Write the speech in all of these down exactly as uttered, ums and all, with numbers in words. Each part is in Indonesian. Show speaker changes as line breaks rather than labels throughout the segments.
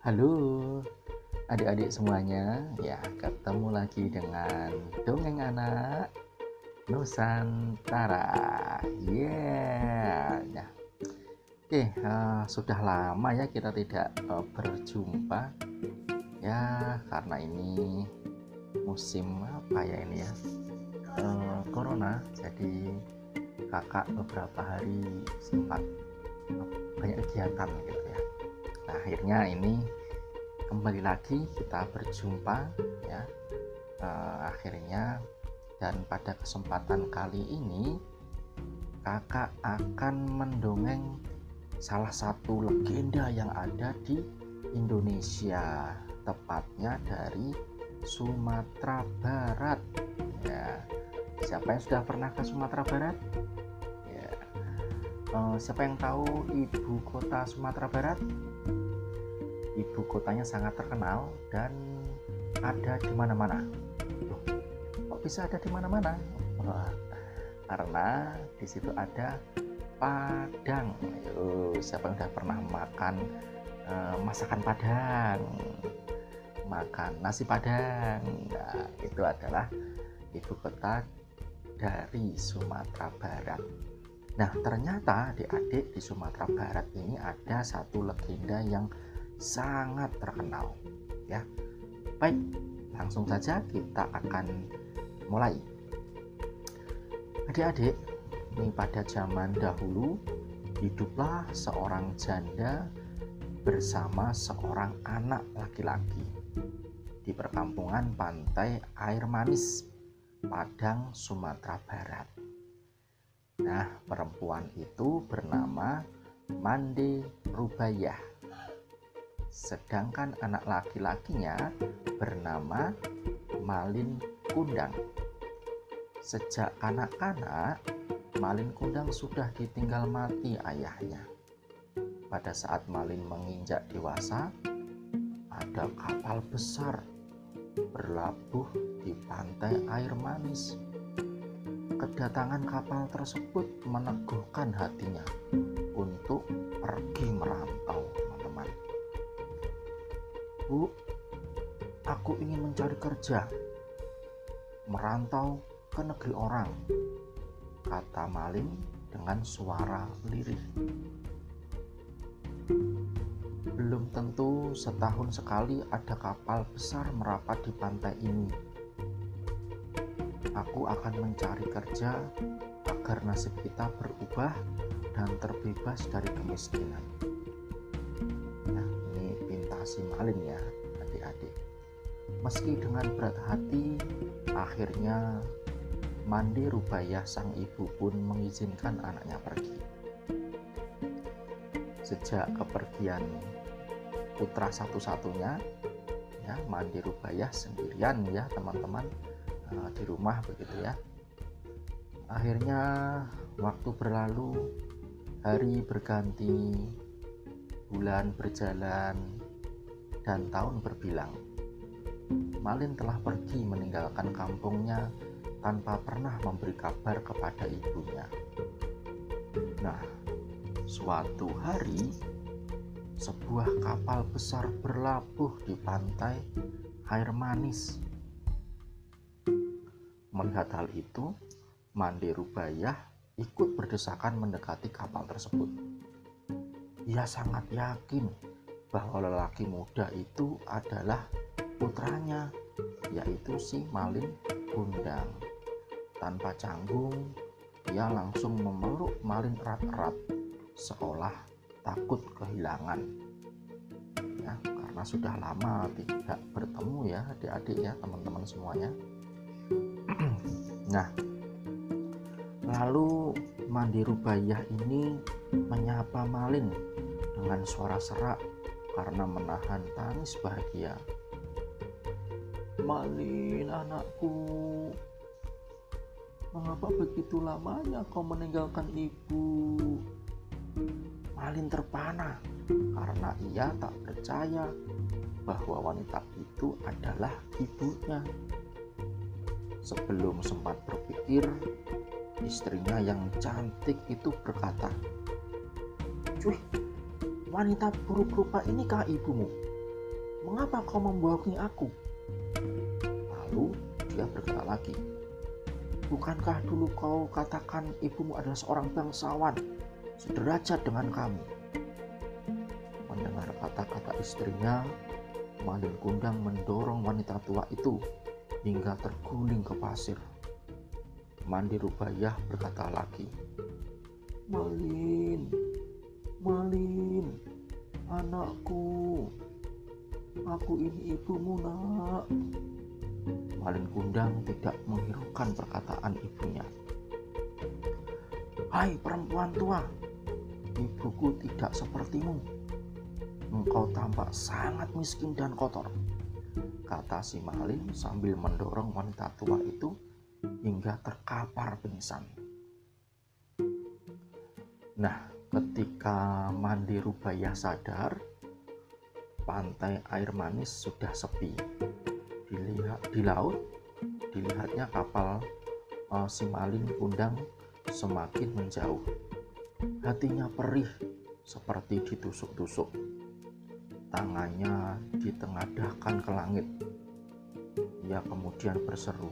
Halo adik-adik semuanya, ya ketemu lagi dengan Dongeng Anak Nusantara. Yeah. Nah, oke, uh, sudah lama ya kita tidak uh, berjumpa. Ya, karena ini musim apa ya ini ya, uh, corona. Jadi kakak beberapa hari sempat uh, banyak kegiatan gitu ya. Nah, akhirnya ini kembali lagi kita berjumpa ya, uh, akhirnya. Dan pada kesempatan kali ini kakak akan mendongeng salah satu legenda yang ada di Indonesia, tepatnya dari Sumatera Barat ya. Siapa yang sudah pernah ke Sumatera Barat ya? Uh, siapa yang tahu ibu kota Sumatera Barat? Ibu kotanya sangat terkenal dan ada di mana-mana. Kok bisa ada di mana-mana? Wah, karena di situ ada Padang. Ayo, siapa yang udah pernah makan uh, masakan Padang? Makan nasi Padang. Nah, itu adalah ibu kota dari Sumatera Barat. Nah, ternyata adik-adik di Sumatera Barat ini ada satu legenda yang sangat terkenal ya. Baik, langsung saja kita akan mulai. Adik-adik, ini pada zaman dahulu hiduplah seorang janda bersama seorang anak laki-laki di perkampungan pantai Air Manis, Padang, Sumatera Barat. Nah, perempuan itu bernama Mande Rubaiyah. Sedangkan anak laki-lakinya bernama Malin Kundang. Sejak kanak-kanak, Malin Kundang sudah ditinggal mati ayahnya. Pada saat Malin menginjak dewasa, ada kapal besar berlabuh di pantai Air Manis. Kedatangan kapal tersebut meneguhkan hatinya untuk pergi merantau, teman-teman. Bu, aku ingin mencari kerja, merantau ke negeri orang, kata Malin dengan suara lirih. Belum tentu setahun sekali ada kapal besar merapat di pantai ini. Aku akan mencari kerja agar nasib kita berubah dan terbebas dari kemiskinan. Nah, ini pintasi Malin ya, adik-adik. Meski dengan berat hati, akhirnya Mande Rubaiyah sang ibu pun mengizinkan anaknya pergi. Sejak kepergian putra satu-satunya ya, Mande Rubaiyah sendirian ya teman-teman, uh, di rumah begitu ya. Akhirnya waktu berlalu, hari berganti, bulan berjalan, dan tahun berbilang. Malin telah pergi meninggalkan kampungnya tanpa pernah memberi kabar kepada ibunya. Nah, suatu hari sebuah kapal besar berlabuh di pantai Air Manis. Melihat hal itu, Mande Rubaiyah ikut berdesakan mendekati kapal tersebut. Ia sangat yakin bahwa lelaki muda itu adalah putranya, yaitu si Malin Kundang. Tanpa canggung, ia langsung memeluk Malin erat-erat, seolah takut kehilangan. Ya, karena sudah lama tidak bertemu ya adik-adik ya teman-teman semuanya. Nah, lalu Mande Rubaiyah ini menyapa Malin dengan suara serak karena menahan tangis bahagia. Malin, anakku, mengapa begitu lamanya kau meninggalkan ibu? Malin terpana karena ia tak percaya bahwa wanita itu adalah ibunya. Sebelum sempat berpikir, istrinya yang cantik itu berkata, "Cuy, wanita buruk rupa inikah ibumu?" mengapa kau membohongi aku? Lalu dia berkata lagi, bukankah dulu kau katakan ibumu adalah seorang bangsawan, sederajat dengan kamu? Mendengar kata-kata istrinya, Malin Kundang mendorong wanita tua itu hingga terguling ke pasir. Mandi Rubaiyah berkata lagi, Malin, Malin, anakku, aku ini ibumu nak. Malin Kundang tidak menghiraukan perkataan ibunya. Hai perempuan tua, ibuku tidak sepertimu. Engkau tampak sangat miskin dan kotor, kata si Malin sambil mendorong wanita tua itu hingga terkapar pingsan. Nah, ketika Mandi Rubaiyah sadar, pantai air manis sudah sepi. Dilihat di laut, dilihatnya kapal uh, si Malin Kundang semakin menjauh. Hatinya perih seperti ditusuk-tusuk. Tangannya ditengadahkan ke langit. Ia kemudian berseru,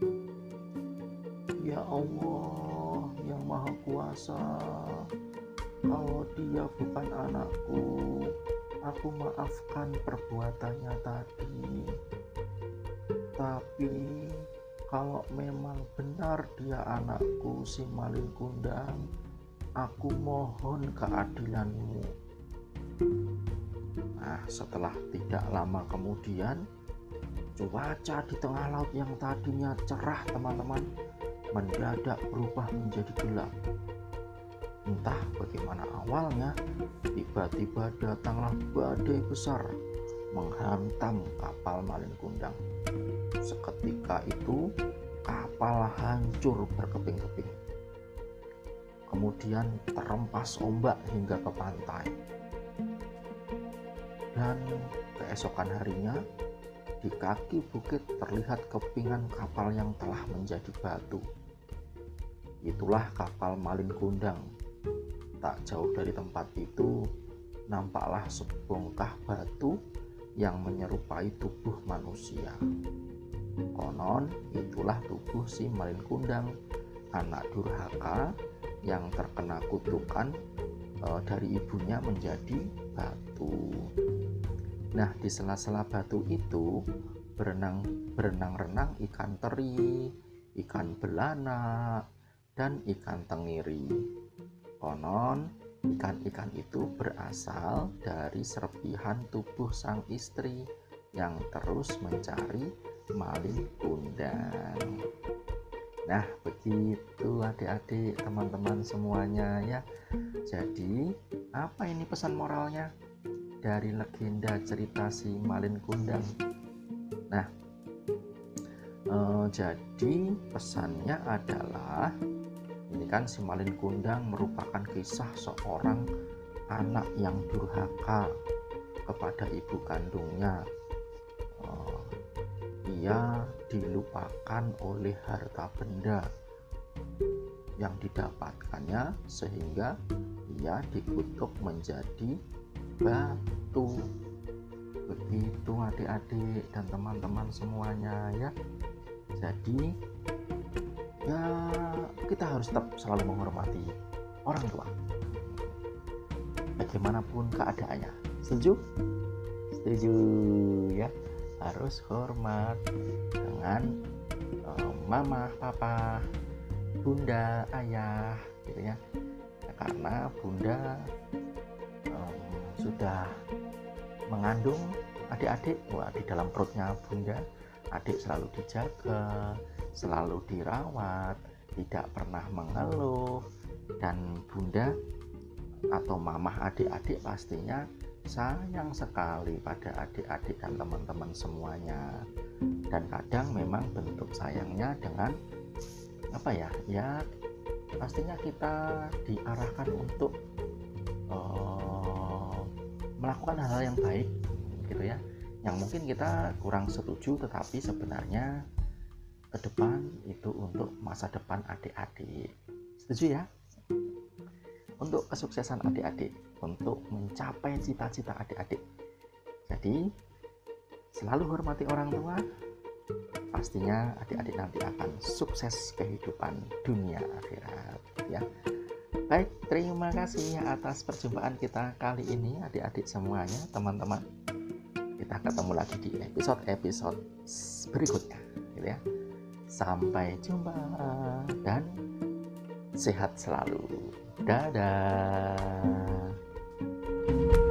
Ya Allah yang Maha Kuasa, kalau dia bukan anakku, aku maafkan perbuatannya tadi. Tapi kalau memang benar dia anakku si Malin Kundang, aku mohon keadilanmu. Nah, setelah tidak lama kemudian, cuaca di tengah laut yang tadinya cerah teman-teman mendadak berubah menjadi gelap. Entah bagaimana awalnya, tiba-tiba datanglah badai besar menghantam kapal Malin Kundang. Seketika itu kapal hancur berkeping-keping. Kemudian terempas ombak hingga ke pantai. Dan keesokan harinya, di kaki bukit terlihat kepingan kapal yang telah menjadi batu. Itulah kapal Malin Kundang. Tak jauh dari tempat itu, nampaklah sebongkah batu yang menyerupai tubuh manusia. Konon, itulah tubuh si Malin Kundang, anak durhaka yang terkena kutukan e, dari ibunya menjadi batu. Nah, di sela-sela batu itu berenang berenang-renang ikan teri, ikan belanak, dan ikan tengiri. Konon, ikan-ikan itu berasal dari serpihan tubuh sang istri yang terus mencari Malin Kundang. Nah, begitu adik-adik, teman-teman semuanya ya. Jadi, apa ini pesan moralnya dari legenda cerita si Malin Kundang? Nah, eh, jadi pesannya adalah, ini kan si Malin Kundang merupakan kisah seorang anak yang durhaka kepada ibu kandungnya. Eh, ia dilupakan oleh harta benda yang didapatkannya sehingga ia dikutuk menjadi batu. Begitu adik-adik dan teman-teman semuanya ya. Jadi ya kita harus tetap selalu menghormati orang tua bagaimanapun keadaannya. Setuju? Setuju ya. Harus hormat dengan um, mama, papa, bunda, ayah gitu ya. Ya karena bunda um, sudah mengandung adik-adik, wah di dalam perutnya bunda adik selalu dijaga, selalu dirawat, tidak pernah mengeluh, dan bunda atau mamah adik-adik pastinya sayang sekali pada adik-adik dan teman-teman semuanya. Dan kadang memang bentuk sayangnya dengan apa ya ya pastinya kita diarahkan untuk uh, melakukan hal-hal yang baik gitu ya, yang mungkin kita kurang setuju, tetapi sebenarnya ke depan itu untuk masa depan adik-adik. Setuju ya? Untuk kesuksesan adik-adik, untuk mencapai cita-cita adik-adik. Jadi selalu hormati orang tua, pastinya adik-adik nanti akan sukses kehidupan dunia akhirat ya. Baik, terima kasih atas perjumpaan kita kali ini adik-adik semuanya, teman-teman. Kita ketemu lagi di episode-episode berikutnya gitu ya. Sampai jumpa dan sehat selalu. Dadah.